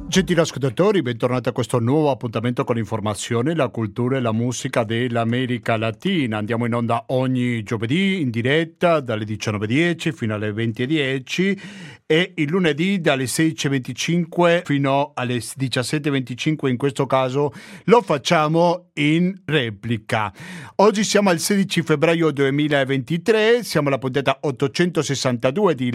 Gentili ascoltatori, bentornati a questo nuovo appuntamento con l'informazione, la cultura e la musica dell'America Latina. Andiamo in onda ogni giovedì in diretta dalle 19:10 fino alle 20:10 e il lunedì dalle 16:25 fino alle 17:25. In questo caso lo facciamo in replica. Oggi siamo al 16 febbraio 2023, siamo alla puntata 862 di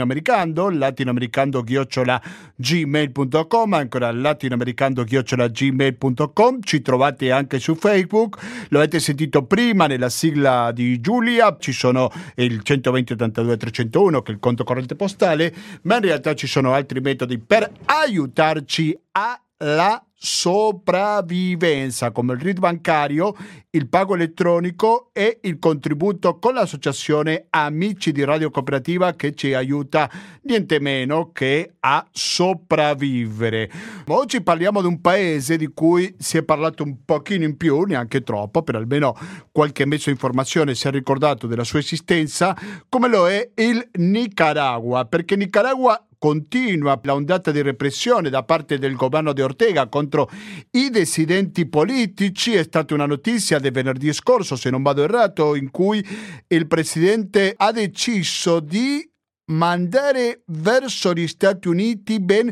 latinoamericando-gmail.com, ancora latinoamericando-gmail.com. Ci trovate anche su Facebook, lo avete sentito prima nella sigla di Giulia, ci sono il 120 82 301 che è il conto corrente postale, ma in realtà ci sono altri metodi per aiutarci alla sopravvivenza, come il RID bancario, il pago elettronico e il contributo con l'associazione Amici di Radio Cooperativa, che ci aiuta niente meno che a sopravvivere. Oggi parliamo di un paese di cui si è parlato un pochino in più, neanche troppo, per almeno qualche mezzo di informazione si è ricordato della sua esistenza, come lo è il Nicaragua, perché Nicaragua continua la ondata di repressione da parte del governo di Ortega contro i dissidenti politici. È stata una notizia del venerdì scorso, se non vado errato, in cui il presidente ha deciso di mandare verso gli Stati Uniti ben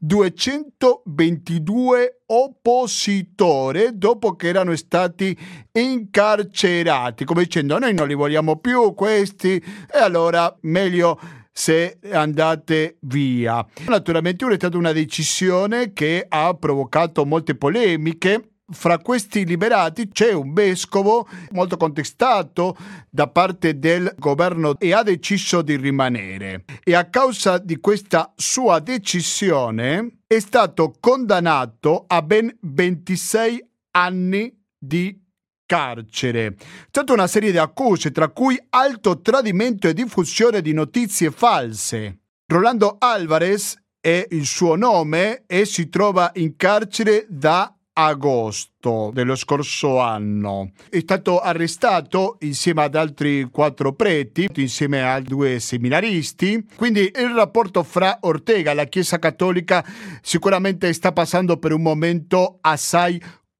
222 oppositori dopo che erano stati incarcerati, come dicendo: noi non li vogliamo più questi e allora meglio se andate via. Naturalmente è stata una decisione che ha provocato molte polemiche. Fra questi liberati c'è un vescovo molto contestato da parte del governo e ha deciso di rimanere. E a causa di questa sua decisione è stato condannato a ben 26 anni di carcere. C'è stata una serie di accuse, tra cui alto tradimento e diffusione di notizie false. Rolando Alvarez è il suo nome e si trova in carcere da agosto dello scorso anno. È stato arrestato insieme ad altri 4 preti, insieme a 2 seminaristi. Quindi il rapporto fra Ortega e la Chiesa Cattolica sicuramente sta passando per un momento assai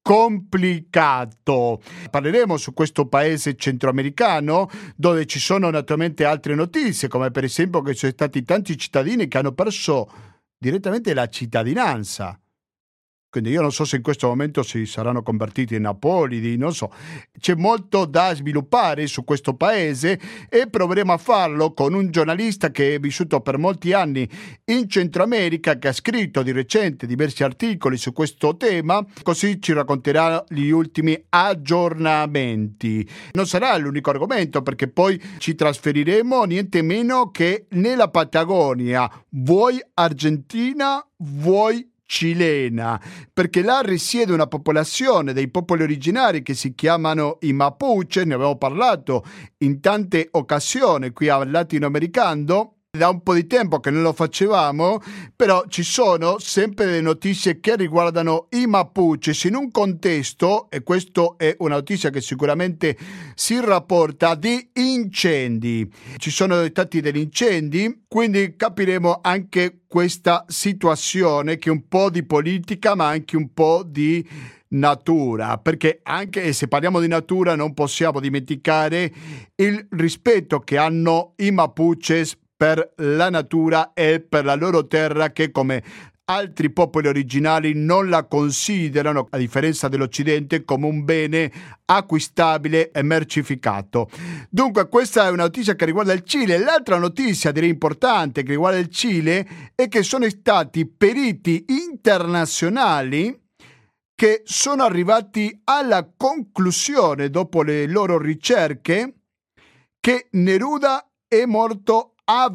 complicato. Parleremo su questo paese centroamericano, dove ci sono naturalmente altre notizie, come per esempio che ci sono stati tanti cittadini che hanno perso direttamente la cittadinanza. Quindi io non so se in questo momento si saranno convertiti in apolidi, non so. C'è molto da sviluppare su questo paese e proveremo a farlo con un giornalista che è vissuto per molti anni in Centro America, che ha scritto di recente diversi articoli su questo tema, così ci racconterà gli ultimi aggiornamenti. Non sarà l'unico argomento, perché poi ci trasferiremo niente meno che nella Patagonia, vuoi argentina, vuoi cilena, perché là risiede una popolazione dei popoli originari che si chiamano i Mapuche. Ne abbiamo parlato in tante occasioni qui al Latinoamericano. Da un po' di tempo che non lo facevamo, però ci sono sempre delle notizie che riguardano i Mapuche in un contesto, e questa è una notizia che sicuramente si rapporta, di incendi. Ci sono stati degli incendi, quindi capiremo anche questa situazione, che è un po' di politica ma anche un po' di natura, perché anche se parliamo di natura non possiamo dimenticare il rispetto che hanno i Mapuches per la natura e per la loro terra, che come altri popoli originali non la considerano, a differenza dell'Occidente, come un bene acquistabile e mercificato. Dunque questa è una notizia che riguarda il Cile. L'altra notizia, direi importante, che riguarda il Cile è che sono stati periti internazionali che sono arrivati alla conclusione, dopo le loro ricerche, che Neruda è morto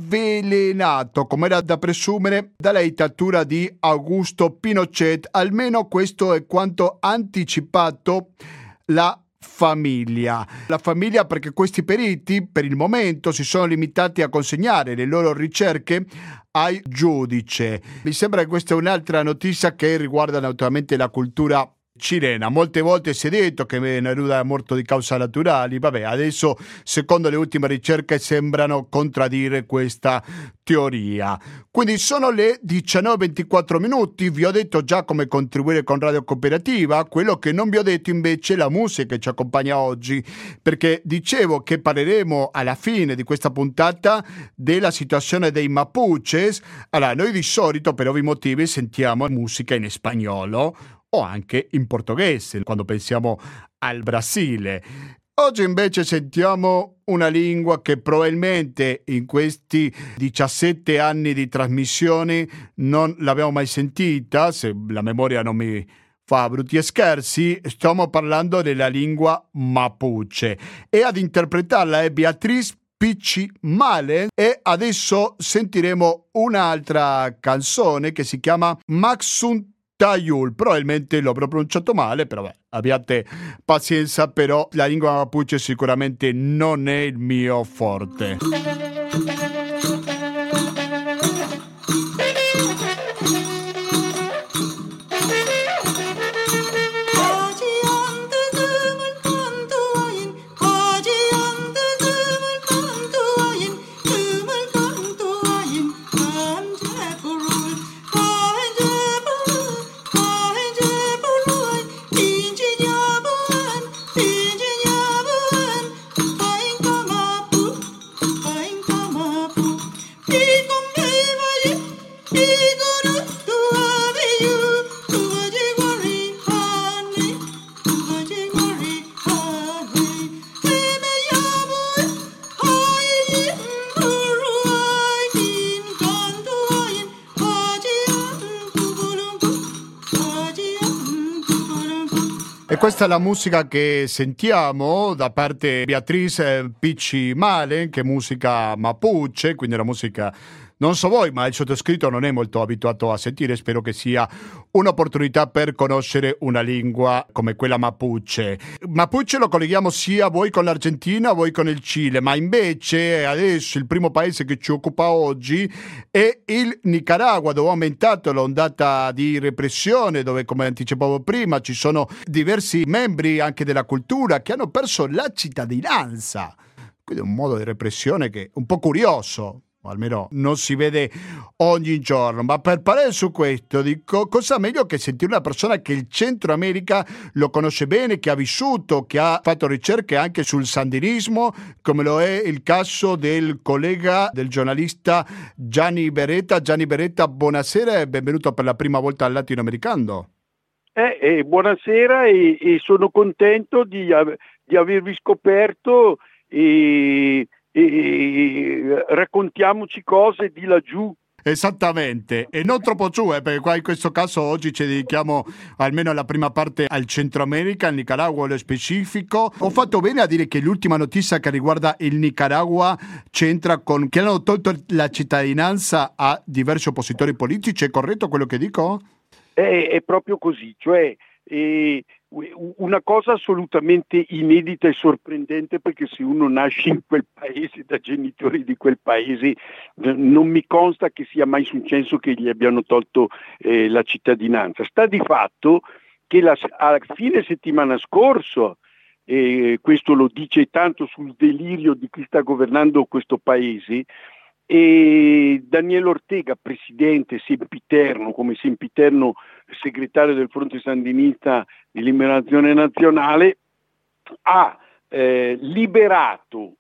avvelenato, come era da presumere, dalla dittatura di Augusto Pinochet. Almeno questo è quanto anticipato la famiglia. La famiglia, perché questi periti per il momento si sono limitati a consegnare le loro ricerche ai giudici. Mi sembra che questa è un'altra notizia che riguarda naturalmente la cultura cilena. Molte volte si è detto che Neruda è morto di cause naturali, vabbè, adesso secondo le ultime ricerche sembrano contraddire questa teoria. Quindi sono le 19:24 minuti, vi ho detto già come contribuire con Radio Cooperativa, quello che non vi ho detto invece è la musica che ci accompagna oggi, perché dicevo che parleremo alla fine di questa puntata della situazione dei Mapuches. Allora, noi di solito per ovvi motivi sentiamo musica in spagnolo o anche in portoghese quando pensiamo al Brasile. Oggi invece sentiamo una lingua che probabilmente in questi 17 anni di trasmissioni non l'abbiamo mai sentita, se la memoria non mi fa brutti scherzi. Stiamo parlando della lingua Mapuche e ad interpretarla è Beatriz Picci Male, e adesso sentiremo un'altra canzone che si chiama Maxun Tayul. Probabilmente l'ho pronunciato male, però abbiate pazienza, però la lingua Mapuche sicuramente non è il mio forte. E questa è la musica che sentiamo da parte di Beatriz Picci Male, che è musica Mapuche, quindi la musica, non so voi, ma il sottoscritto non è molto abituato a sentire. Spero che sia un'opportunità per conoscere una lingua come quella Mapuche. Mapuche lo colleghiamo sia voi con l'Argentina, voi con il Cile, ma invece adesso il primo paese che ci occupa oggi è il Nicaragua, dove è aumentato l'ondata di repressione, dove, come anticipavo prima, ci sono diversi membri anche della cultura che hanno perso la cittadinanza. Quindi è un modo di repressione che è un po' curioso, o almeno non si vede ogni giorno. Ma per parlare su questo, dico, cosa meglio che sentire una persona che il Centro America lo conosce bene, che ha vissuto, che ha fatto ricerche anche sul sandinismo, come lo è il caso del collega, del giornalista Gianni Beretta. Gianni Beretta, buonasera e benvenuto per la prima volta al Latinoamericano. Buonasera e sono contento di avervi scoperto e raccontiamoci cose di laggiù. Esattamente, e non troppo giù, perché qua in questo caso oggi ci dedichiamo almeno alla prima parte al Centro America, al Nicaragua nello specifico. Ho fatto bene a dire che l'ultima notizia che riguarda il Nicaragua c'entra con che hanno tolto la cittadinanza a diversi oppositori politici, è corretto quello che dico? È proprio così, cioè una cosa assolutamente inedita e sorprendente, perché se uno nasce in quel paese da genitori di quel paese non mi consta che sia mai successo che gli abbiano tolto la cittadinanza. Sta di fatto che a fine settimana scorso, questo lo dice tanto sul delirio di chi sta governando questo paese, e Daniel Ortega, presidente sempiterno, come sempiterno segretario del Fronte Sandinista di Liberazione Nazionale, ha liberato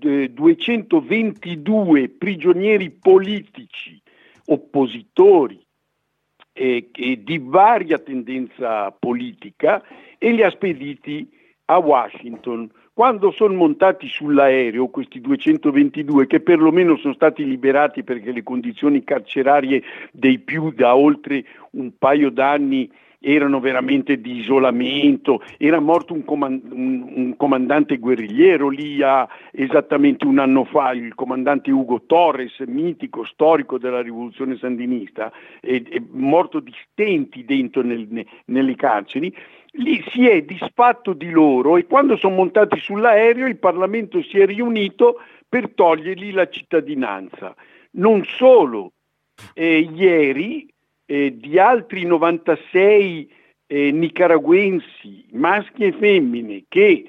222 prigionieri politici, oppositori di varia tendenza politica, e li ha spediti a Washington. Quando sono montati sull'aereo questi 222, che perlomeno sono stati liberati perché le condizioni carcerarie dei più da oltre un paio d'anni erano veramente di isolamento, era morto un comandante guerrigliero lì esattamente un anno fa, il comandante Hugo Torres, mitico, storico della rivoluzione sandinista, è morto di stenti dentro nelle carceri. Lì si è disfatto di loro, e quando sono montati sull'aereo il Parlamento si è riunito per togliergli la cittadinanza. Non solo, ieri di altri 96 nicaraguensi, maschi e femmine, che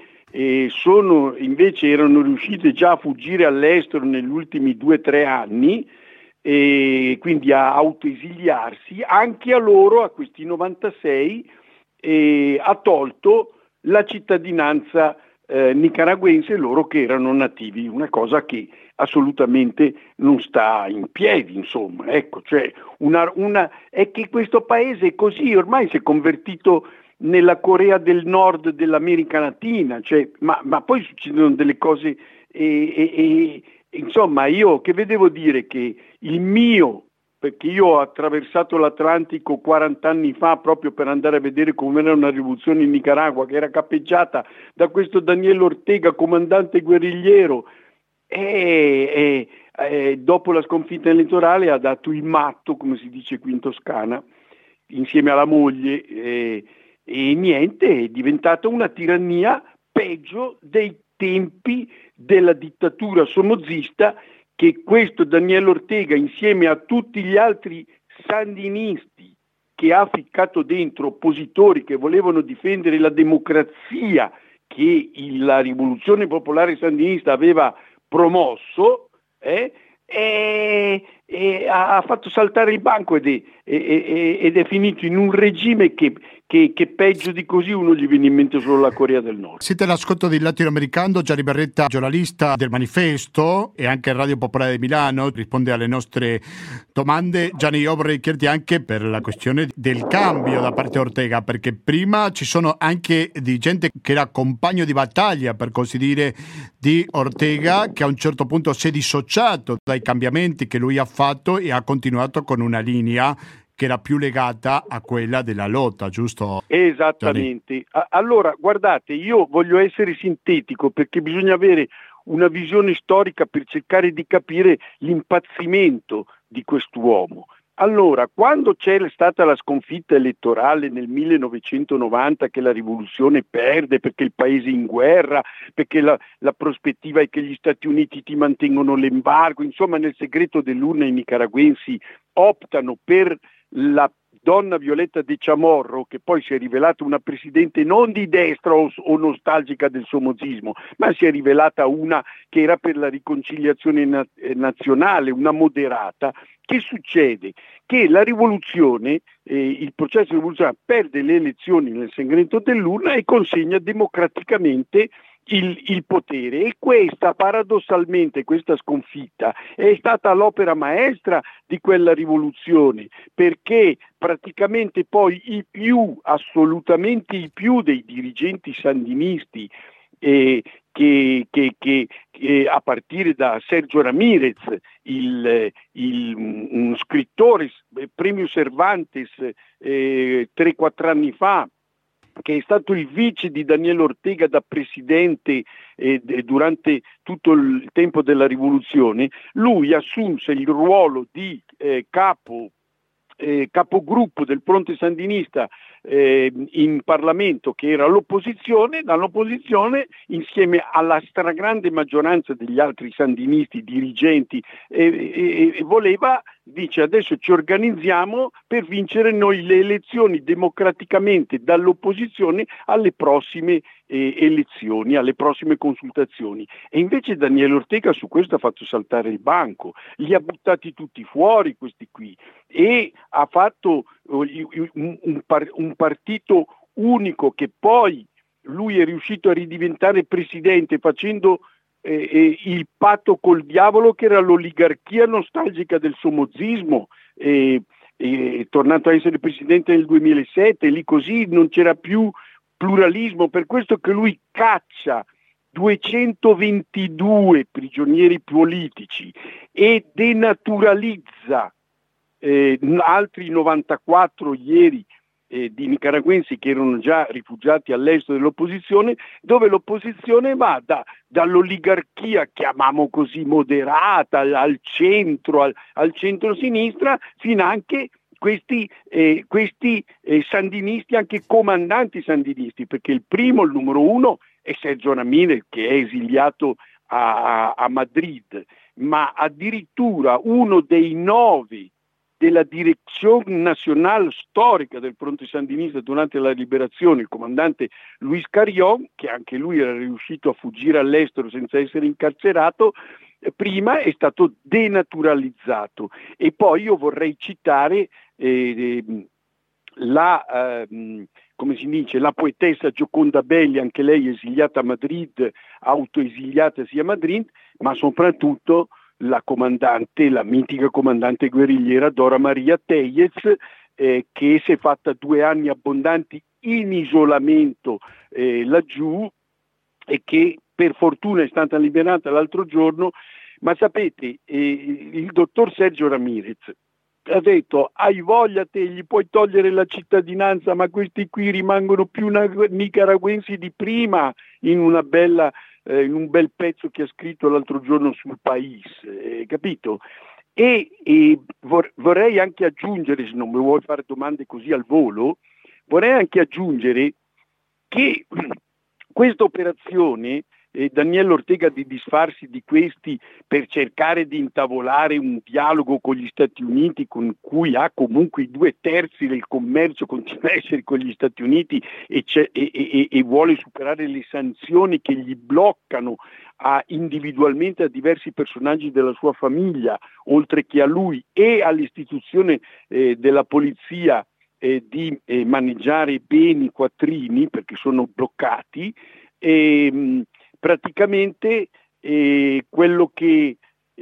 erano riuscite già a fuggire all'estero negli ultimi 2 o 3 anni, quindi a autoesiliarsi, anche a loro, a questi 96, ha tolto la cittadinanza nicaraguense, loro che erano nativi, una cosa che assolutamente non sta in piedi, insomma. Ecco, cioè è che questo paese è così, ormai si è convertito nella Corea del Nord dell'America Latina, cioè, ma poi succedono delle cose, insomma, io che vedevo dire che perché io ho attraversato l'Atlantico 40 anni fa proprio per andare a vedere com'era una rivoluzione in Nicaragua, che era cappeggiata da questo Daniel Ortega, comandante guerrigliero, dopo la sconfitta elettorale ha dato il matto, come si dice qui in Toscana, insieme alla moglie, e niente, è diventata una tirannia peggio dei tempi della dittatura somozista, che questo Daniel Ortega, insieme a tutti gli altri sandinisti che ha ficcato dentro, oppositori che volevano difendere la democrazia che la rivoluzione popolare sandinista aveva promosso, ha fatto saltare il banco ed è finito in un regime che peggio di così uno gli viene in mente solo la Corea del Nord. Siete all'ascolto di Latinoamericano, Gianni Berretta, giornalista del Manifesto e anche Radio Popolare di Milano, risponde alle nostre domande. Gianni, io vorrei chiederti anche per la questione del cambio da parte di Ortega, perché prima ci sono anche di gente che era compagno di battaglia, per così dire, di Ortega, che a un certo punto si è dissociato dai cambiamenti che lui ha fatto e ha continuato con una linea che era più legata a quella della lotta, giusto? Esattamente. Allora, guardate, io voglio essere sintetico perché bisogna avere una visione storica per cercare di capire l'impazzimento di quest'uomo. Allora, quando c'è stata la sconfitta elettorale nel 1990, che la rivoluzione perde perché il paese è in guerra, perché la prospettiva è che gli Stati Uniti ti mantengono l'embargo, insomma nel segreto dell'urna i nicaraguensi optano per la donna Violeta de Chamorro, che poi si è rivelata una presidente non di destra o nostalgica del somozismo, ma si è rivelata una che era per la riconciliazione nazionale, una moderata. Che succede? Che la rivoluzione, il processo rivoluzionario perde le elezioni nel segreto dell'urna e consegna democraticamente il potere, e questa paradossalmente, questa sconfitta è stata l'opera maestra di quella rivoluzione, perché praticamente poi assolutamente i più dei dirigenti sandinisti, che a partire da Sergio Ramirez, uno scrittore, premio Cervantes 3-4 anni fa, che è stato il vice di Daniel Ortega da presidente durante tutto il tempo della rivoluzione, lui assunse il ruolo di capogruppo del fronte sandinista in Parlamento, che era dall'opposizione insieme alla stragrande maggioranza degli altri sandinisti dirigenti, e voleva, dice, adesso ci organizziamo per vincere noi le elezioni democraticamente dall'opposizione alle prossime elezioni, alle prossime consultazioni. E invece Daniel Ortega su questo ha fatto saltare il banco, li ha buttati tutti fuori questi qui, e ha fatto un partito unico, che poi lui è riuscito a ridiventare presidente facendo il patto col diavolo, che era l'oligarchia nostalgica del somozismo, tornato a essere presidente nel 2007, lì così non c'era più pluralismo, per questo che lui caccia 222 prigionieri politici e denaturalizza altri 94 ieri di nicaraguensi che erano già rifugiati all'estero dell'opposizione, dove l'opposizione va dall'oligarchia, chiamiamo così, moderata, al centro, al centro-sinistra, fino anche questi sandinisti, anche comandanti sandinisti, perché il numero uno è Sergio Ramirez, che è esiliato a Madrid, ma addirittura uno dei 9 della Dirección Nacional Storica del fronte sandinista durante la liberazione, il comandante Luis Carrión, che anche lui era riuscito a fuggire all'estero senza essere incarcerato, prima è stato denaturalizzato. E poi io vorrei citare come si dice, la poetessa Gioconda Belli, anche lei esiliata a Madrid, autoesiliatasi a Madrid, ma soprattutto la mitica comandante guerrigliera Dora Maria Tellez, che si è fatta 2 anni abbondanti in isolamento laggiù e che per fortuna è stata liberata l'altro giorno. Ma sapete, il dottor Sergio Ramirez ha detto: hai voglia te, gli puoi togliere la cittadinanza, ma questi qui rimangono più nicaraguensi di prima, in un bel pezzo che ha scritto l'altro giorno sul País, capito? E vorrei anche aggiungere, se non mi vuoi fare domande così al volo, vorrei anche aggiungere che questa operazione Daniele Ortega di disfarsi di questi per cercare di intavolare un dialogo con gli Stati Uniti, con cui ha comunque i 2/3 del commercio, continua a essere con gli Stati Uniti e vuole superare le sanzioni che gli bloccano individualmente a diversi personaggi della sua famiglia, oltre che a lui e all'istituzione della polizia di maneggiare beni quattrini perché sono bloccati. Praticamente quello che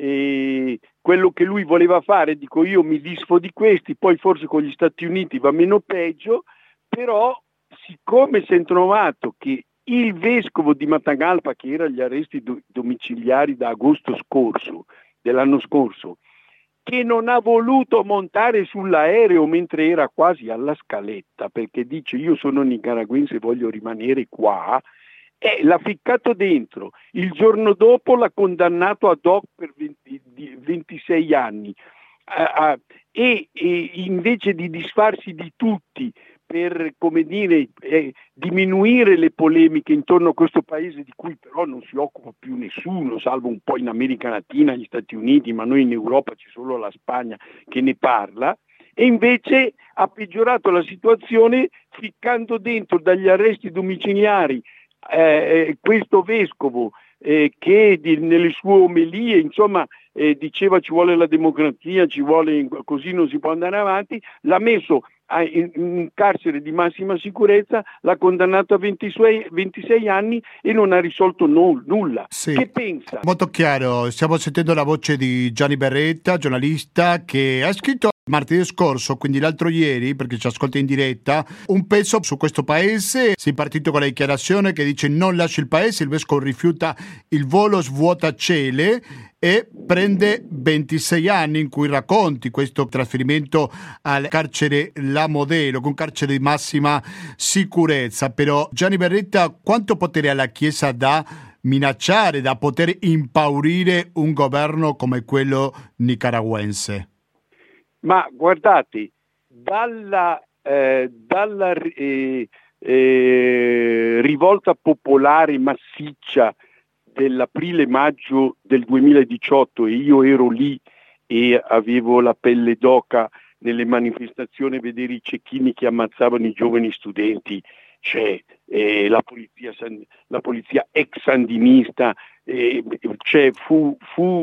lui voleva fare, dico io mi disfo di questi, poi forse con gli Stati Uniti va meno peggio, però siccome si è trovato che il vescovo di Matagalpa, che era agli arresti domiciliari da agosto dell'anno scorso, che non ha voluto montare sull'aereo mentre era quasi alla scaletta, perché dice io sono nicaraguense e voglio rimanere qua, l'ha ficcato dentro. Il giorno dopo l'ha condannato ad hoc per 26 anni e invece di disfarsi di tutti per, come dire, diminuire le polemiche intorno a questo paese di cui però non si occupa più nessuno, salvo un po' in America Latina, gli Stati Uniti, ma noi in Europa c'è solo la Spagna che ne parla, e invece ha peggiorato la situazione ficcando dentro dagli arresti domiciliari questo vescovo che nelle sue omelie insomma diceva ci vuole la democrazia, così non si può andare avanti, l'ha messo in carcere di massima sicurezza, l'ha condannato a 26 anni e non ha risolto nulla. Sì. Che pensa? Molto chiaro, stiamo sentendo la voce di Gianni Berretta, giornalista, che ha scritto martedì scorso, quindi l'altro ieri, perché ci ascolta in diretta, un pezzo su questo paese. Si è partito con la dichiarazione che dice non lasci il paese, il vescovo rifiuta il volo, svuota cele e prende 26 anni in cui racconti questo trasferimento al carcere La Modelo, con carcere di massima sicurezza. Però Gianni Berretta, quanto potere ha la Chiesa da minacciare, da poter impaurire un governo come quello nicaraguense? Ma guardate, dalla rivolta popolare massiccia dell'aprile-maggio del 2018, e io ero lì e avevo la pelle d'oca nelle manifestazioni a vedere i cecchini che ammazzavano i giovani studenti, la polizia ex sandinista, fu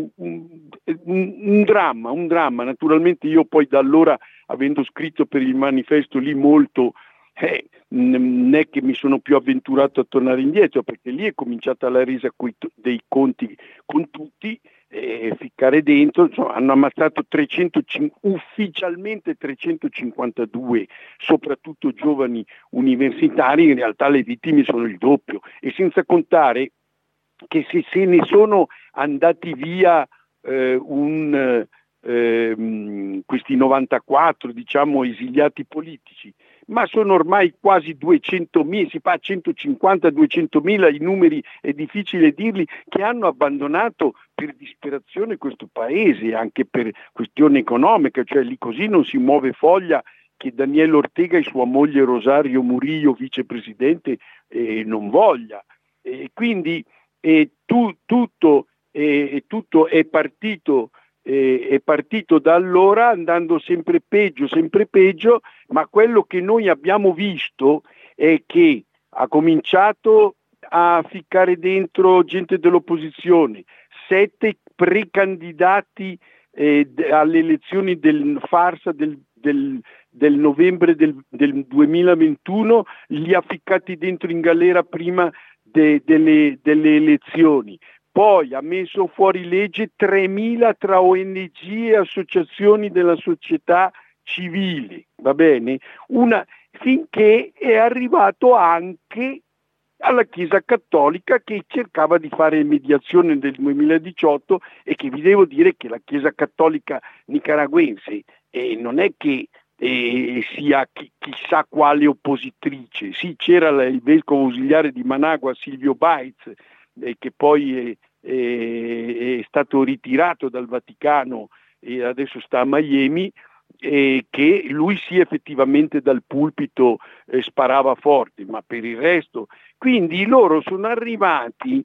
un dramma. Naturalmente io poi da allora, avendo scritto per il manifesto lì molto, non è che mi sono più avventurato a tornare indietro, perché lì è cominciata la resa dei conti con tutti, ficcare dentro. Insomma, hanno ammazzato ufficialmente 352, soprattutto giovani universitari. In realtà le vittime sono il doppio, e senza contare che se ne sono andati via questi 94, diciamo, esiliati politici, ma sono ormai quasi 200.000, si fa a 150-200.000, i numeri è difficile dirli, che hanno abbandonato per disperazione questo paese, anche per questione economica, cioè lì così non si muove foglia che Daniele Ortega e sua moglie Rosario Murillo, vicepresidente, non voglia. Quindi tutto è partito è partito da allora andando sempre peggio, ma quello che noi abbiamo visto è che ha cominciato a ficcare dentro gente dell'opposizione, 7 precandidati alle elezioni del farsa del novembre del 2021, li ha ficcati dentro in galera prima delle elezioni. Poi ha messo fuori legge 3.000 tra ONG e associazioni della società civile, va bene? Finché è arrivato anche alla Chiesa Cattolica, che cercava di fare mediazione nel 2018, e che vi devo dire che la Chiesa Cattolica nicaragüense non è che sia chissà quale oppositrice. Sì, c'era il vescovo ausiliare di Managua, Silvio Baez, che poi è stato ritirato dal Vaticano e adesso sta a Miami, che lui sì effettivamente dal pulpito sparava forte, ma per il resto. Quindi loro sono arrivati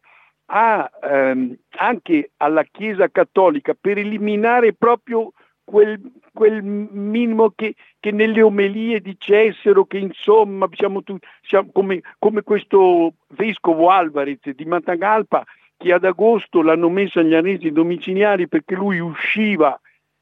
anche alla Chiesa Cattolica per eliminare proprio quel minimo che nelle omelie dicessero che insomma siamo come questo vescovo Alvarez di Matagalpa, che ad agosto l'hanno messo agli arresti domiciliari perché lui usciva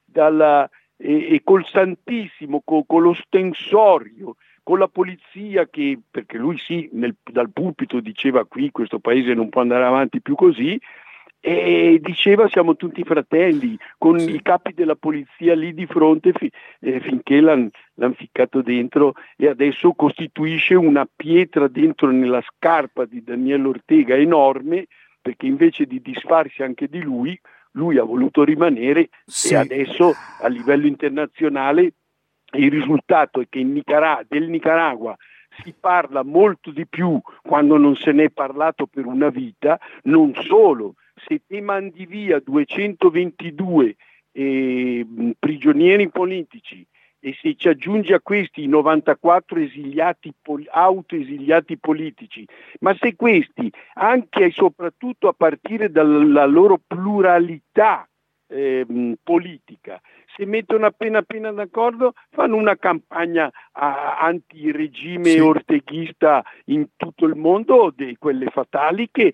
e col Santissimo, con lo stensorio, con la polizia, perché lui sì, dal pulpito diceva qui questo paese non può andare avanti più così, e diceva siamo tutti fratelli, con i capi della polizia lì di fronte finché l'hanno ficcato dentro, e adesso costituisce una pietra dentro nella scarpa di Daniel Ortega enorme, perché invece di disfarsi anche di lui ha voluto rimanere. E adesso a livello internazionale il risultato è che del Nicaragua si parla molto di più quando non se ne è parlato per una vita. Non solo, se te mandi via 222 prigionieri politici e se ci aggiungi a questi i 94 autoesiliati politici, ma se questi, anche e soprattutto a partire dalla loro pluralità politica, si mettono appena d'accordo, fanno una campagna anti-regime orteghista in tutto il mondo, di quelle fatali che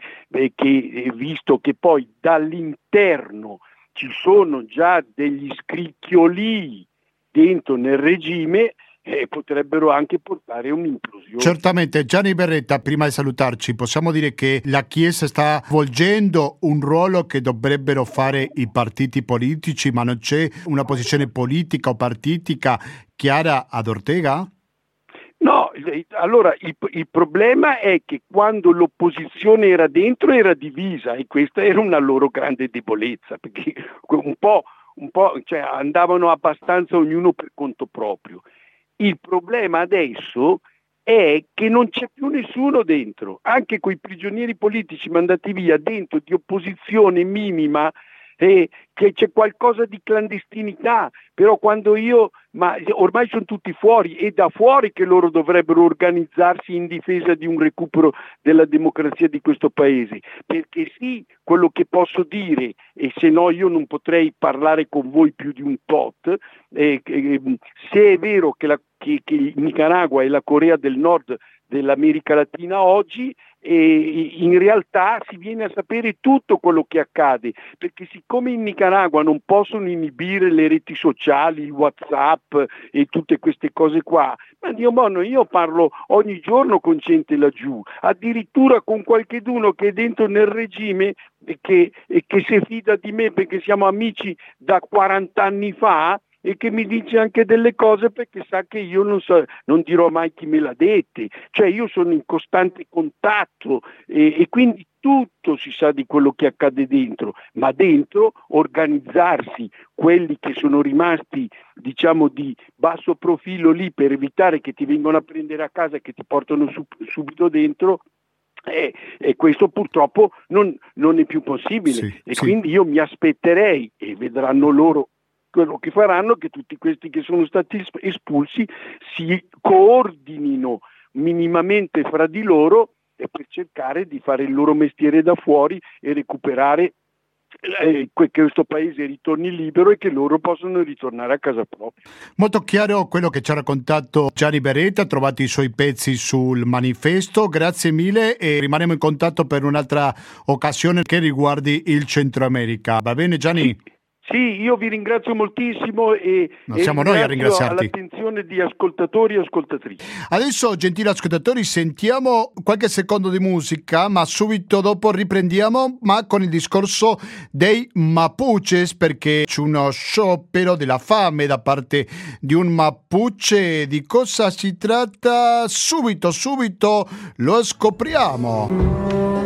visto che poi dall'interno ci sono già degli scricchiolii dentro nel regime, potrebbero anche portare un'implosione. Certamente. Gianni Berretta, prima di salutarci, possiamo dire che la Chiesa sta svolgendo un ruolo che dovrebbero fare i partiti politici, ma non c'è una posizione politica o partitica chiara ad Ortega? No, allora il problema è che quando l'opposizione era dentro era divisa, e questa era una loro grande debolezza, perché un po', cioè, andavano abbastanza ognuno per conto proprio. Il problema adesso è che non c'è più nessuno dentro, anche quei prigionieri politici mandati via dentro di opposizione minima, che c'è qualcosa di clandestinità, però ma ormai sono tutti fuori, è da fuori che loro dovrebbero organizzarsi in difesa di un recupero della democrazia di questo paese, perché sì, quello che posso dire, e se no io non potrei parlare con voi più di un tot, se è vero che il Nicaragua è la Corea del Nord dell'America Latina oggi, e in realtà si viene a sapere tutto quello che accade, perché siccome in Nicaragua non possono inibire le reti sociali, il WhatsApp e tutte queste cose qua, ma io parlo ogni giorno con gente laggiù, addirittura con qualcheduno che è dentro nel regime e che si fida di me perché siamo amici da 40 anni fa, e che mi dice anche delle cose perché sa che io non dirò mai chi me l'ha dette, cioè io sono in costante contatto, e quindi tutto si sa di quello che accade dentro, ma dentro organizzarsi quelli che sono rimasti, diciamo, di basso profilo lì per evitare che ti vengano a prendere a casa e che ti portano subito dentro. E questo purtroppo non è più possibile, quindi io mi aspetterei, e vedranno loro quello che faranno, che tutti questi che sono stati espulsi si coordinino minimamente fra di loro, e per cercare di fare il loro mestiere da fuori e recuperare questo paese ritorni libero e che loro possano ritornare a casa propria. Molto chiaro quello che ci ha raccontato Gianni Beretta, trovate i suoi pezzi sul manifesto, grazie mille e rimarremo in contatto per un'altra occasione che riguardi il Centro America. Va bene Gianni? Sì, io vi ringrazio moltissimo e siamo noi a ringraziarti. All'attenzione di ascoltatori e ascoltatrici. Adesso, gentili ascoltatori, sentiamo qualche secondo di musica, ma subito dopo riprendiamo, ma con il discorso dei Mapuches, perché c'è uno sciopero della fame da parte di un Mapuche. Di cosa si tratta? Subito lo scopriamo.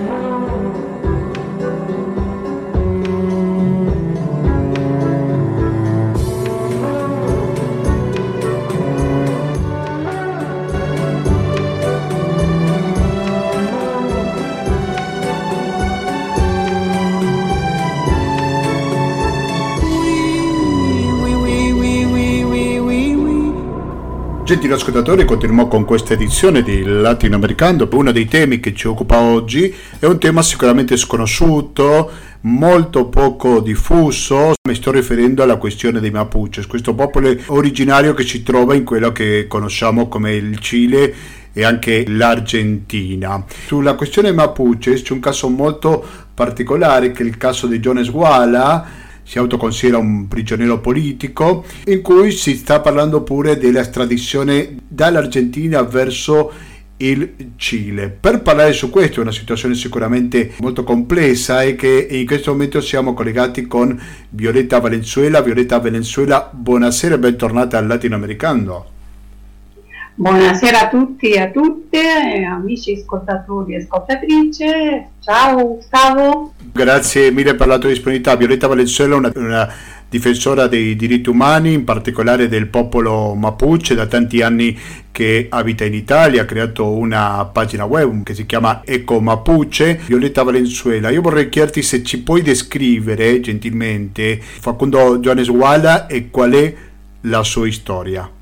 Gentili ascoltatori, continuiamo con questa edizione di Latinoamericano. Uno dei temi che ci occupa oggi è un tema sicuramente sconosciuto, molto poco diffuso. Mi sto riferendo alla questione dei Mapuches, questo popolo originario che si trova in quello che conosciamo come il Cile e anche l'Argentina. Sulla questione Mapuches c'è un caso molto particolare, che è il caso di Jones Wala. Si autoconsidera un prigioniero politico, in cui si sta parlando pure dell'estradizione dall'Argentina verso il Cile. Per parlare su questo, è una situazione sicuramente molto complessa e che in questo momento siamo collegati con Violeta Valenzuela. Violeta Valenzuela, buonasera e bentornata al Latinoamericano. Buonasera a tutti e a tutte, amici ascoltatori e ascoltatrici. Ciao Gustavo. Grazie mille per la tua disponibilità. Violeta Valenzuela è una difensora dei diritti umani, in particolare del popolo Mapuche, da tanti anni che abita in Italia, ha creato una pagina web che si chiama Eco Mapuche. Violeta Valenzuela, io vorrei chiederti se ci puoi descrivere gentilmente Facundo Jones Wala e qual è la sua storia.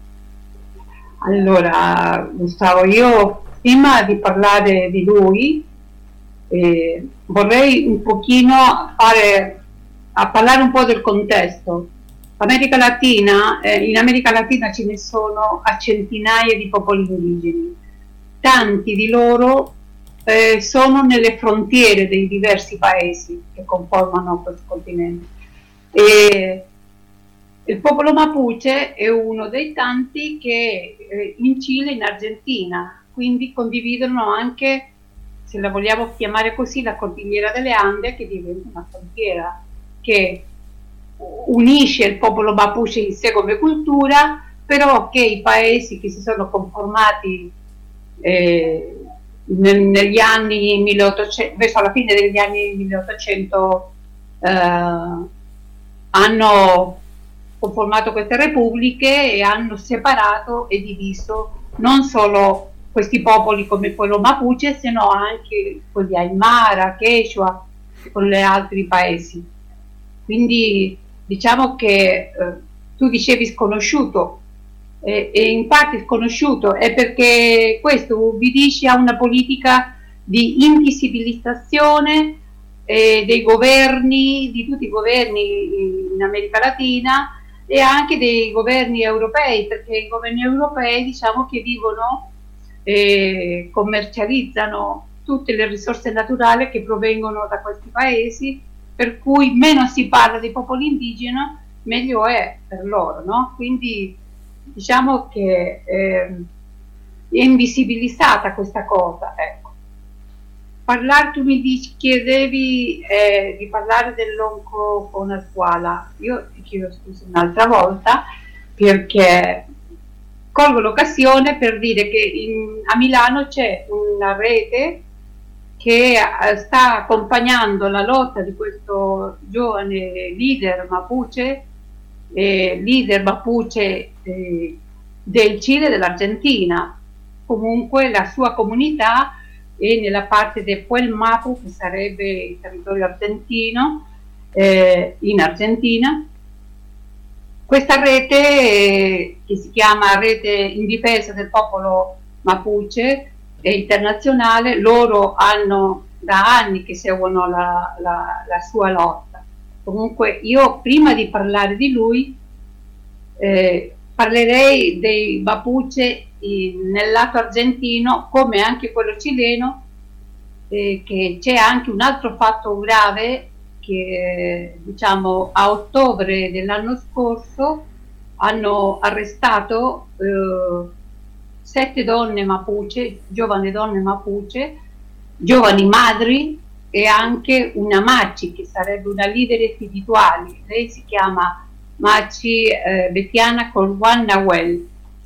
Allora, Gustavo, io prima di parlare di lui vorrei un pochino parlare un po' del contesto. In America Latina ce ne sono a centinaia di popoli indigeni. Tanti di loro sono nelle frontiere dei diversi paesi che conformano questo continente. E il popolo Mapuche è uno dei tanti che in Cile e in Argentina, quindi condividono anche, se la vogliamo chiamare così, la Cordigliera delle Ande, che diventa una frontiera che unisce il popolo Mapuche in sé come cultura, però che i paesi che si sono conformati negli anni 1800, verso la fine degli anni 1800, hanno conformato queste repubbliche e hanno separato e diviso non solo questi popoli come quello Mapuche, sino anche quelli Aymara, Quechua, con gli altri paesi. Quindi diciamo che tu dicevi sconosciuto, e in parte sconosciuto è perché questo ubbidisce a una politica di invisibilizzazione dei governi, di tutti i governi in America Latina, e anche dei governi europei, perché i governi europei diciamo che vivono e commercializzano tutte le risorse naturali che provengono da questi paesi, per cui meno si parla dei popoli indigeni, meglio è per loro, no? Quindi diciamo che è invisibilizzata questa cosa, ecco. Tu mi chiedevi di parlare dell'onco Jones Wala. Io ti chiedo scusa un'altra volta perché colgo l'occasione per dire che a Milano c'è una rete che sta accompagnando la lotta di questo giovane leader Mapuche del Cile e dell'Argentina. Comunque la sua comunità e nella parte del Puel Mapu, che sarebbe il territorio argentino, in Argentina. Questa rete, che si chiama Rete in difesa del popolo Mapuche, è internazionale. Loro hanno da anni che seguono la sua lotta. Comunque io, prima di parlare di lui, parlerei dei Mapuche nel lato argentino, come anche quello cileno, che c'è anche un altro fatto grave che, diciamo, a ottobre dell'anno scorso hanno arrestato 7 donne Mapuche, giovani donne Mapuche, giovani madri, e anche una Machi, che sarebbe una leader spirituale. Lei si chiama Machi Betiana Colhuan Nahuel.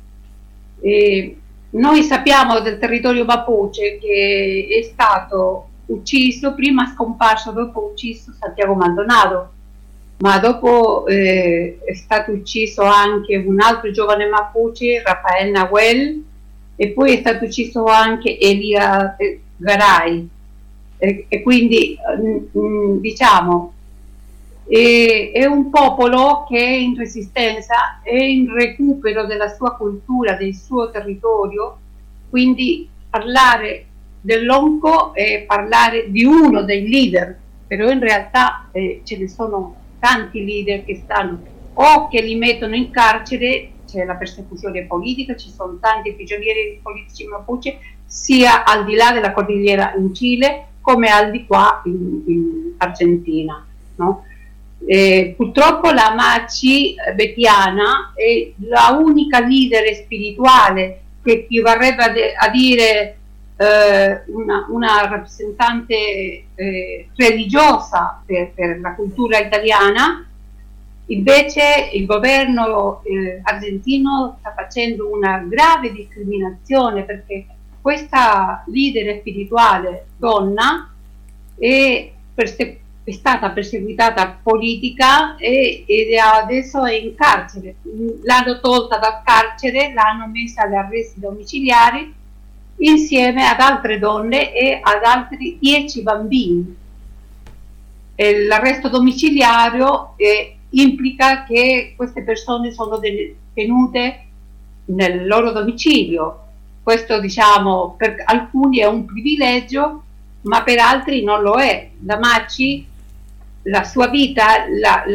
Noi sappiamo del territorio Mapuche che è stato ucciso, prima scomparso, dopo ucciso Santiago Maldonado, ma dopo è stato ucciso anche un altro giovane Mapuche, Rafael Nahuel, e poi è stato ucciso anche Elia Garay. E quindi diciamo è un popolo che è in resistenza, è in recupero della sua cultura, del suo territorio. Quindi parlare dell'Onco è parlare di uno dei leader, però in realtà ce ne sono tanti leader che stanno o che li mettono in carcere, c'è la persecuzione politica, ci sono tanti prigionieri politici Mapuche sia al di là della cordigliera in Cile come al di qua in Argentina, no? Purtroppo la Machi Betiana è la unica leader spirituale che equivarrebbe a dire una rappresentante religiosa per la cultura italiana. Invece il governo argentino sta facendo una grave discriminazione, perché questa leader spirituale donna è stata perseguitata politica ed adesso è in carcere. L'hanno tolta dal carcere, l'hanno messa agli arresti domiciliari insieme ad altre donne e ad altri 10 bambini. L'arresto domiciliario implica che queste persone sono tenute nel loro domicilio. Questo, diciamo, per alcuni è un privilegio, ma per altri non lo è. La Machi, la sua vita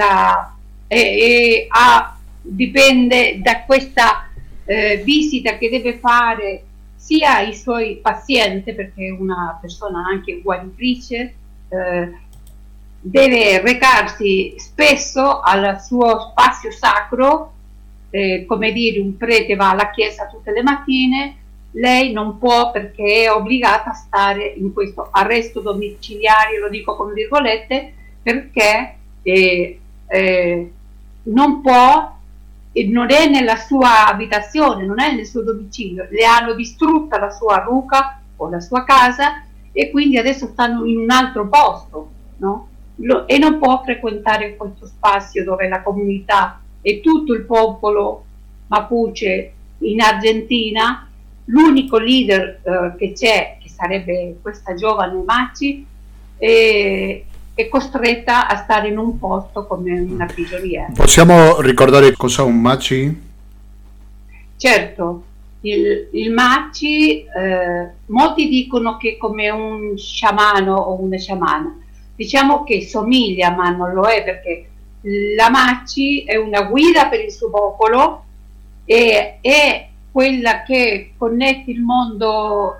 dipende da questa visita che deve fare sia ai suoi pazienti, perché è una persona anche guaritrice, deve recarsi spesso al suo spazio sacro, come dire, un prete va alla chiesa tutte le mattine. Lei non può, perché è obbligata a stare in questo arresto domiciliare, lo dico con virgolette, perché non può, non è nella sua abitazione, non è nel suo domicilio, le hanno distrutta la sua ruca o la sua casa e quindi adesso stanno in un altro posto, no? E non può frequentare questo spazio dove la comunità e tutto il popolo Mapuche in Argentina. L'unico leader che c'è, che sarebbe questa giovane Machi, è costretta a stare in un posto come una prigioniera. Possiamo ricordare cosa è un Machi? Certo, il Machi, molti dicono che è come un sciamano o una sciamana. Diciamo che somiglia, ma non lo è, perché la Machi è una guida per il suo popolo e è quella che connette il mondo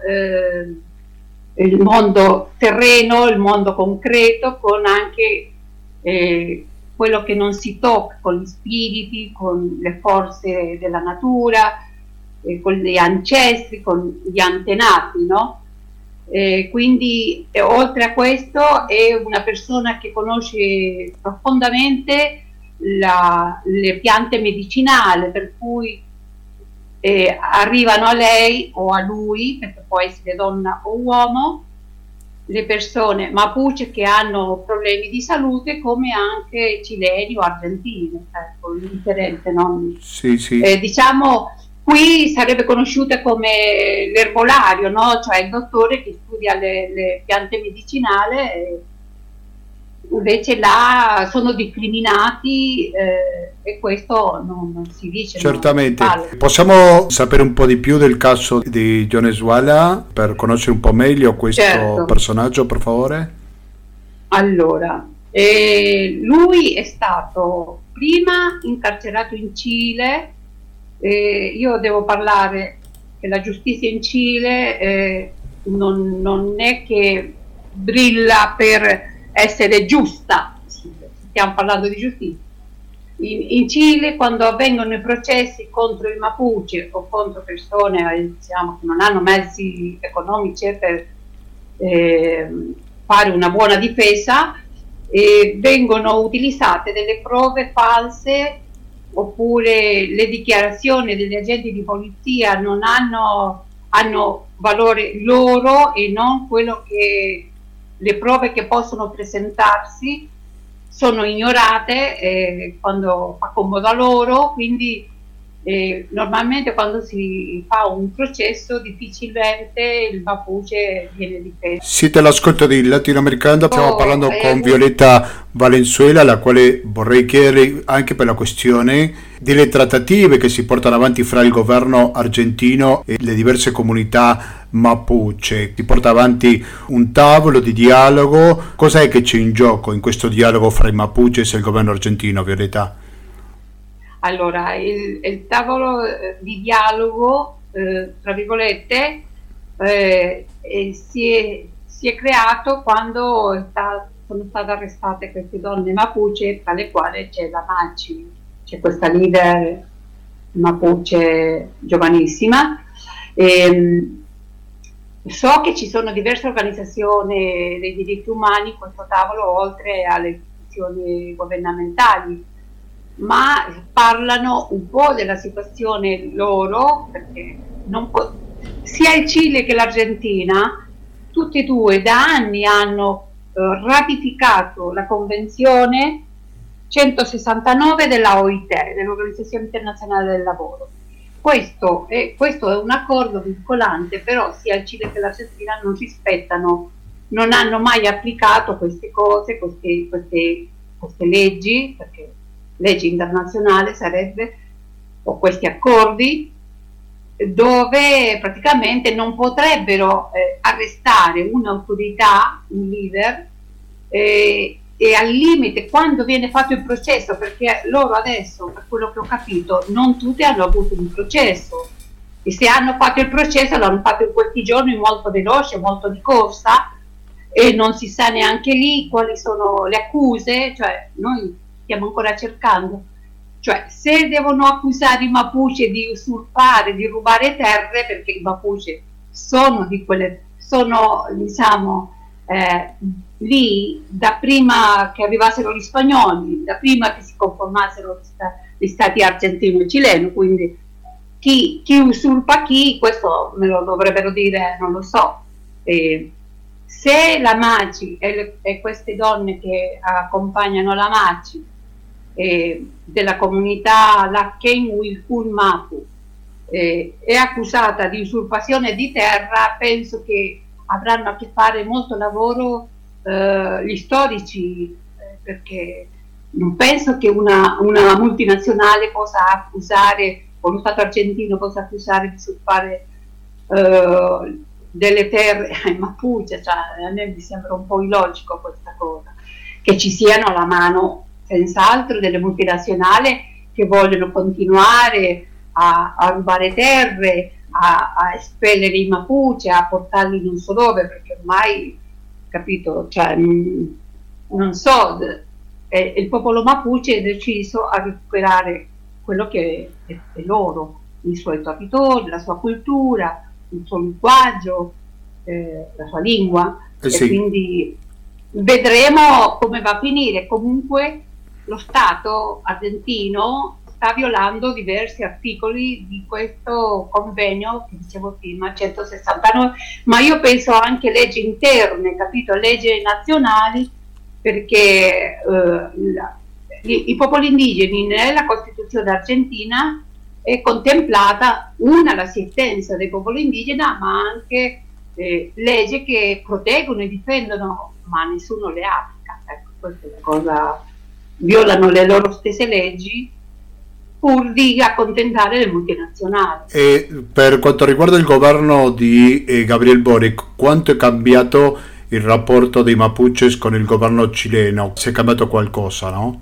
terreno, il mondo concreto, con anche quello che non si tocca, con gli spiriti, con le forze della natura, con gli ancestri, con gli antenati, no? Quindi oltre a questo è una persona che conosce profondamente le piante medicinali, per cui arrivano a lei o a lui, perché può essere donna o uomo, le persone Mapuche che hanno problemi di salute, come anche cileni o argentini, ecco, differente, no? Sì, sì. Diciamo, qui sarebbe conosciuta come l'erbolario, no? Cioè il dottore che studia le piante medicinali invece là sono discriminati e questo non si dice. Certamente. Possiamo sapere un po' di più del caso di Jones Walla per conoscere un po' meglio questo personaggio, per favore? Allora, lui è stato prima incarcerato in Cile. Io devo parlare che la giustizia in Cile non è che brilla per essere giusta, stiamo parlando di giustizia. In Cile, quando avvengono i processi contro il Mapuche o contro persone diciamo, che non hanno mezzi economici per fare una buona difesa, vengono utilizzate delle prove false, oppure le dichiarazioni degli agenti di polizia non hanno valore loro e non quello che le prove che possono presentarsi sono ignorate quando fa comodo a loro, quindi normalmente quando si fa un processo difficilmente il Mapuche viene difeso. Siete all'ascolto di Latinoamericano, stiamo parlando con Violeta Valenzuela, alla quale vorrei chiedere anche per la questione delle trattative che si portano avanti fra il governo argentino e le diverse comunità Mapuche. Si porta avanti un tavolo di dialogo. Cosa è che c'è in gioco in questo dialogo fra i Mapuches e il governo argentino, Violeta? Allora, il tavolo di dialogo, tra virgolette, si è creato quando sono state arrestate queste donne Mapuche, tra le quali c'è la Maci, c'è questa leader Mapuche giovanissima. So che ci sono diverse organizzazioni dei diritti umani in questo tavolo, oltre alle istituzioni governamentali, ma parlano un po' della situazione loro, perché sia il Cile che l'Argentina, tutti e due da anni hanno ratificato la Convenzione 169 della OIT, dell'Organizzazione Internazionale del Lavoro. Questo è un accordo vincolante, però sia il Cile che l'Argentina non rispettano, non hanno mai applicato queste cose, queste leggi, perché legge internazionale sarebbe, o questi accordi, dove praticamente non potrebbero arrestare un'autorità, un leader, e al limite quando viene fatto il processo, perché loro adesso, per quello che ho capito, non tutti hanno avuto un processo, e se hanno fatto il processo l'hanno fatto in questi giorni molto veloce, molto di corsa, e non si sa neanche lì quali sono le accuse, cioè noi stiamo ancora cercando, cioè se devono accusare i Mapuche di usurpare, di rubare terre, perché i Mapuche sono diciamo lì da prima che arrivassero gli spagnoli, da prima che si conformassero gli stati argentino e cileno, quindi chi usurpa chi, questo me lo dovrebbero dire, non lo so. Se la Maci e queste donne che accompagnano la Maci della comunità Laken Wilkun Mapu è accusata di usurpazione di terra, penso che avranno a che fare molto lavoro gli storici, perché non penso che una multinazionale possa accusare, o lo Stato argentino possa accusare di usurpare delle terre ai Mapuche, cioè, a me mi sembra un po' illogico questa cosa, che ci siano alla mano senz'altro delle multinazionali che vogliono continuare a rubare terre, a espellere i Mapuche, a portarli non so dove, perché ormai, capito, cioè, non so, il popolo Mapuche è deciso a recuperare quello che è loro, i suoi territori, la sua cultura, il suo linguaggio, la sua lingua, sì. E quindi vedremo come va a finire. Comunque lo Stato argentino sta violando diversi articoli di questo convegno che dicevo prima, 169, ma io penso anche leggi interne, capito? Leggi nazionali, perché i popoli indigeni nella Costituzione argentina è contemplata l'assistenza dei popoli indigeni, ma anche leggi che proteggono e difendono, ma nessuno le applica. Ecco. questa è la cosa, violano le loro stesse leggi pur di accontentare le multinazionali. E per quanto riguarda il governo di Gabriel Boric, quanto è cambiato il rapporto dei Mapuches con il governo cileno? Si è cambiato qualcosa, no?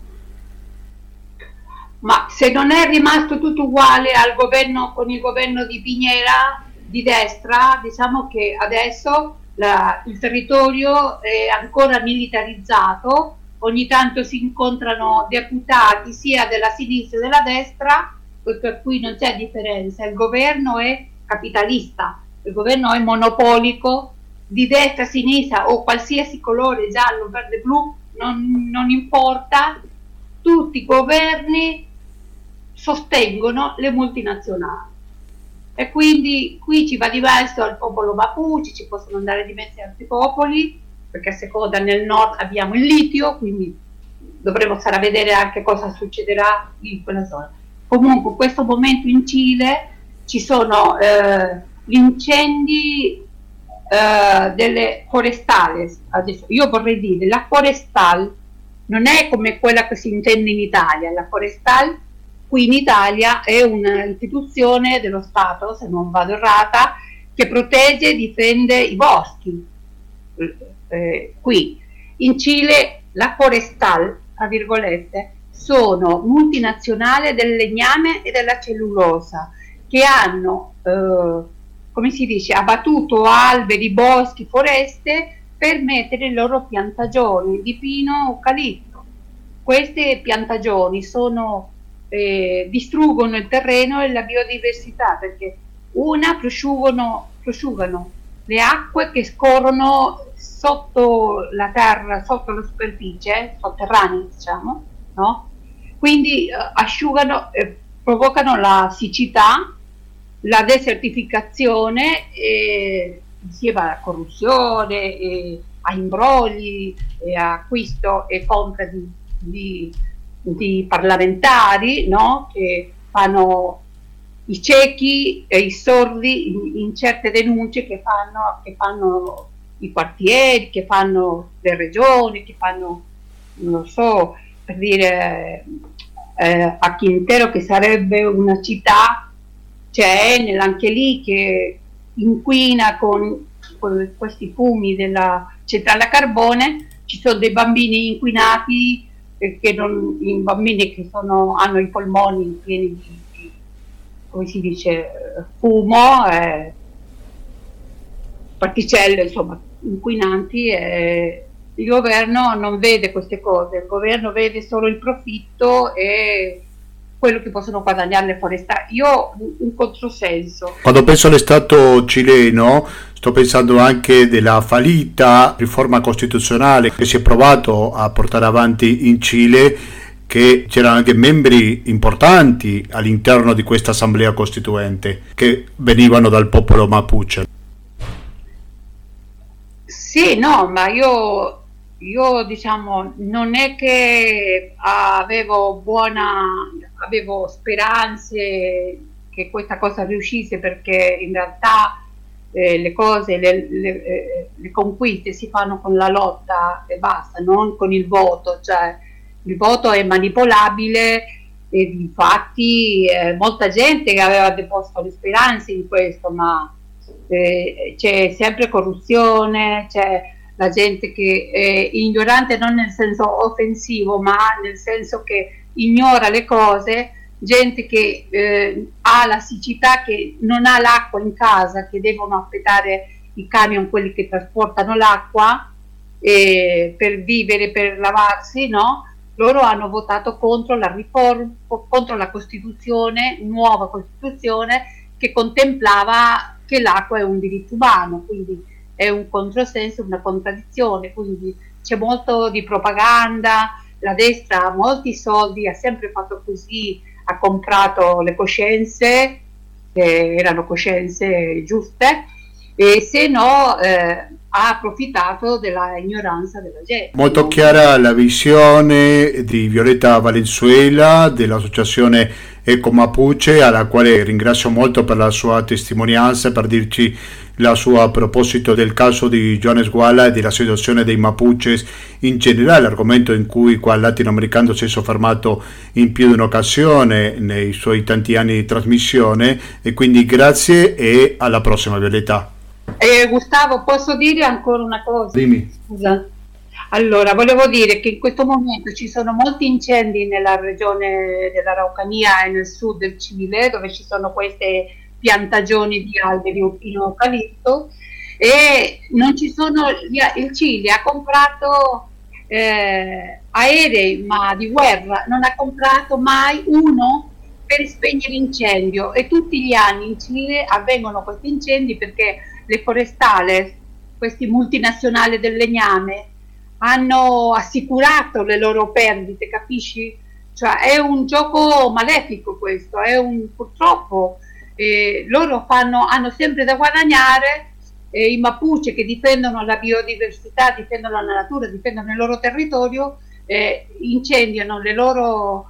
Ma se non è rimasto tutto uguale al governo, con il governo di Piñera di destra, diciamo che adesso il territorio è ancora militarizzato, ogni tanto si incontrano deputati sia della sinistra che della destra, per cui non c'è differenza, il governo è capitalista, il governo è monopolico, di destra, sinistra o qualsiasi colore, giallo, verde, blu, non importa, tutti i governi sostengono le multinazionali. E quindi qui ci va di verso al popolo Mapuche, ci possono andare diversi altri popoli, perché a seconda nel nord abbiamo il litio, quindi dovremo stare a vedere anche cosa succederà in quella zona. Comunque in questo momento in Cile ci sono gli incendi delle forestales. Adesso io vorrei dire, la forestal non è come quella che si intende in Italia, la forestal qui in Italia è un'istituzione dello Stato, se non vado errata, che protegge e difende i boschi. Qui in Cile la forestal, tra virgolette, sono multinazionali del legname e della cellulosa che hanno, come si dice, abbattuto alberi, boschi, foreste per mettere le loro piantagioni di pino o eucalipto. Queste piantagioni distruggono il terreno e la biodiversità, perché prosciugano le acque che scorrono sotto la terra, sotto la superficie, sotterranea, diciamo, no? Quindi asciugano, provocano la siccità, la desertificazione, insieme alla corruzione, a imbrogli, a acquisto e compra di parlamentari, no? Che fanno i ciechi e i sordi in certe denunce che fanno i quartieri, che fanno le regioni, che fanno, non so, per dire a Quintero, che sarebbe una città, c'è Enel anche lì che inquina con questi fumi della centrale a carbone. Ci sono dei bambini inquinati, bambini che hanno i polmoni pieni di, come si dice, fumo, particelle, insomma, inquinanti. Il governo non vede queste cose, il governo vede solo il profitto e quello che possono guadagnare le forestali. Io ho un controsenso. Quando penso allo Stato cileno, sto pensando anche della fallita riforma costituzionale che si è provato a portare avanti in Cile, che c'erano anche membri importanti all'interno di questa assemblea costituente che venivano dal popolo Mapuche. Sì, no, ma io diciamo non è che avevo speranze che questa cosa riuscisse, perché in realtà le cose, le conquiste si fanno con la lotta e basta, non con il voto, cioè il voto è manipolabile e infatti molta gente che aveva deposto le speranze in questo, ma c'è sempre corruzione, c'è la gente che è ignorante non nel senso offensivo, ma nel senso che ignora le cose, gente che ha la siccità, che non ha l'acqua in casa, che devono aspettare i camion, quelli che trasportano l'acqua per vivere, per lavarsi, no? Loro hanno votato contro la riforma, contro la Costituzione, nuova Costituzione che contemplava che l'acqua è un diritto umano, quindi è un controsenso, una contraddizione, quindi c'è molto di propaganda, la destra ha molti soldi, ha sempre fatto così, ha comprato le coscienze, che erano coscienze giuste, e se no ha approfittato della ignoranza della gente. Molto chiara la visione di Violeta Valenzuela dell'associazione Eco Mapuche, alla quale ringrazio molto per la sua testimonianza, per dirci la sua a proposito del caso di Johannes Walla e della situazione dei Mapuches in generale, argomento in cui qua il latinoamericano si è soffermato in più di un'occasione nei suoi tanti anni di trasmissione, e quindi grazie e alla prossima, Violetta. Gustavo, posso dire ancora una cosa? Dimmi. Scusa. Allora, volevo dire che in questo momento ci sono molti incendi nella regione dell'Araucania e nel sud del Cile, dove ci sono queste piantagioni di alberi pino eucalipto, e non ci sono, il Cile ha comprato aerei ma di guerra, non ha comprato mai uno per spegnere l'incendio, e tutti gli anni in Cile avvengono questi incendi perché le forestali, questi multinazionali del legname, hanno assicurato le loro perdite, capisci? Cioè è un gioco malefico questo, purtroppo loro hanno sempre da guadagnare, i Mapuche che difendono la biodiversità, difendono la natura, difendono il loro territorio, incendiano le loro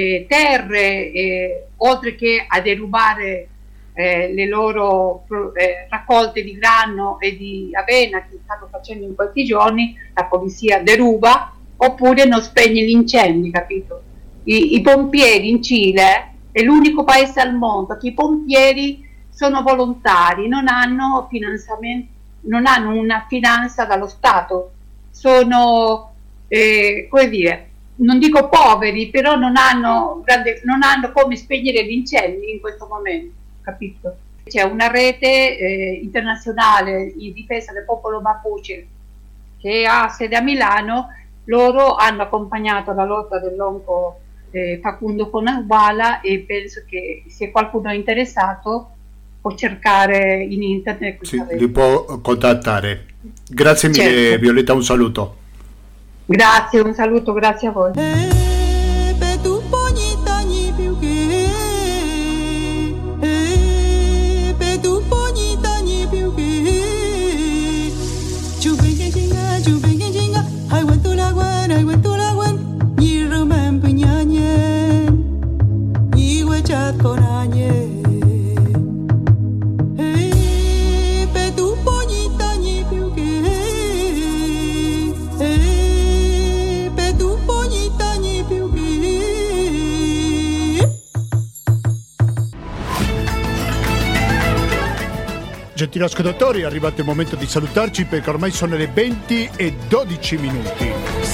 terre, oltre che a derubare le loro raccolte di grano e di avena che stanno facendo in questi giorni. La polizia deruba oppure non spegne gli incendi, capito? I pompieri in Cile è l'unico paese al mondo che i pompieri sono volontari, non hanno finanziamento, non hanno una finanza dallo Stato, sono come dire, non dico poveri, però non hanno come spegnere gli incendi in questo momento, capito? C'è una rete internazionale di difesa del popolo Mapuche che ha sede a Milano. Loro hanno accompagnato la lotta dell'onco Facundo Conasbala, e penso che se qualcuno è interessato può cercare in internet. Sì, li può contattare. Grazie mille, certo. Violetta, un saluto. Grazie, un saluto, grazie a voi. Gentili ascoltatori, è arrivato il momento di salutarci perché ormai sono le 20:12.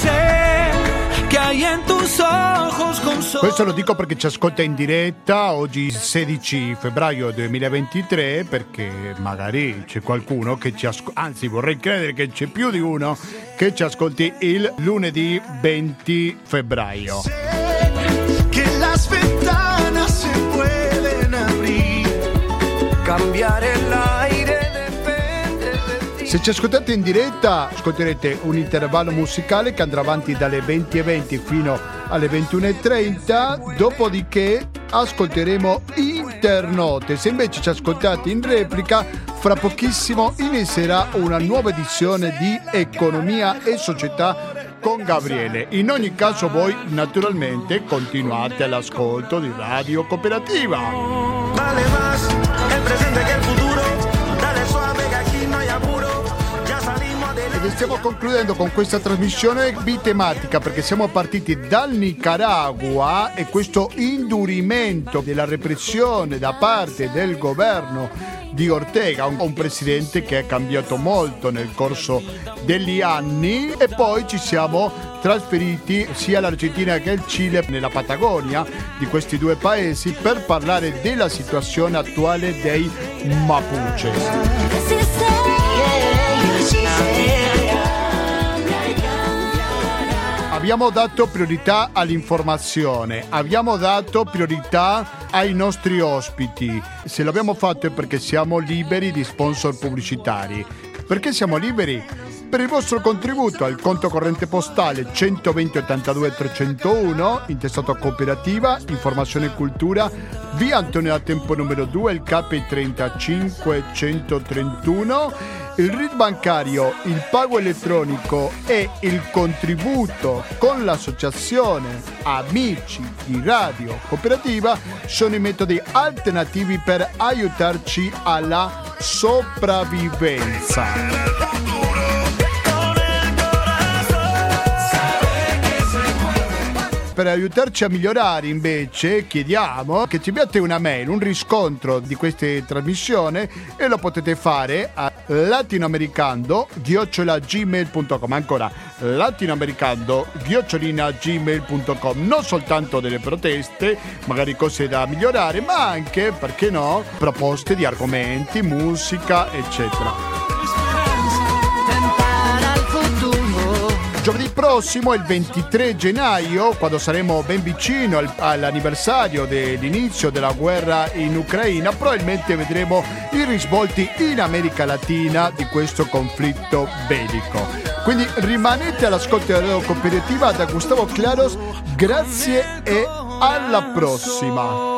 Questo lo dico perché ci ascolta in diretta oggi 16 febbraio 2023, perché magari c'è qualcuno che ci ascolta, anzi vorrei credere che c'è più di uno che ci ascolti il lunedì 20 febbraio. Che las ventanas se pueden abrir, cambiare l'aire. Se ci ascoltate in diretta ascolterete un intervallo musicale che andrà avanti dalle 20:20 fino alle 21:30, dopodiché ascolteremo Internote. Se invece ci ascoltate in replica, fra pochissimo inizierà una nuova edizione di Economia e Società con Gabriele. In ogni caso voi naturalmente continuate all'ascolto di Radio Cooperativa. Vale más el presente que el futuro. Dale suave que aquí no hay apuro. Ed stiamo concludendo con questa trasmissione bitematica, perché siamo partiti dal Nicaragua e questo indurimento della repressione da parte del governo di Ortega, un presidente che è cambiato molto nel corso degli anni, e poi ci siamo trasferiti sia l'Argentina che il Cile, nella Patagonia di questi due paesi, per parlare della situazione attuale dei Mapuches. Abbiamo dato priorità all'informazione, abbiamo dato priorità ai nostri ospiti. Se l'abbiamo fatto è perché siamo liberi di sponsor pubblicitari. Perché siamo liberi? Per il vostro contributo al conto corrente postale 120 82 301, intestato a Cooperativa, Informazione e Cultura, via Antonio da Tempo numero 2, il CAPI 35 131. Il RID bancario, il pago elettronico e il contributo con l'associazione Amici di Radio Cooperativa sono i metodi alternativi per aiutarci alla sopravvivenza. Per aiutarci a migliorare invece chiediamo che ci inviate una mail, un riscontro di queste trasmissioni e lo potete fare a latinoamericando@gmail.com. Ancora latinoamericando@gmail.com. Non soltanto delle proteste, magari cose da migliorare, ma anche, perché no, proposte di argomenti, musica, eccetera. Giovedì prossimo, il 23 gennaio, quando saremo ben vicino all'anniversario dell'inizio della guerra in Ucraina, probabilmente vedremo i risvolti in America Latina di questo conflitto bellico. Quindi rimanete all'ascolto della Radio Cooperativa. Da Gustavo Claros, grazie e alla prossima.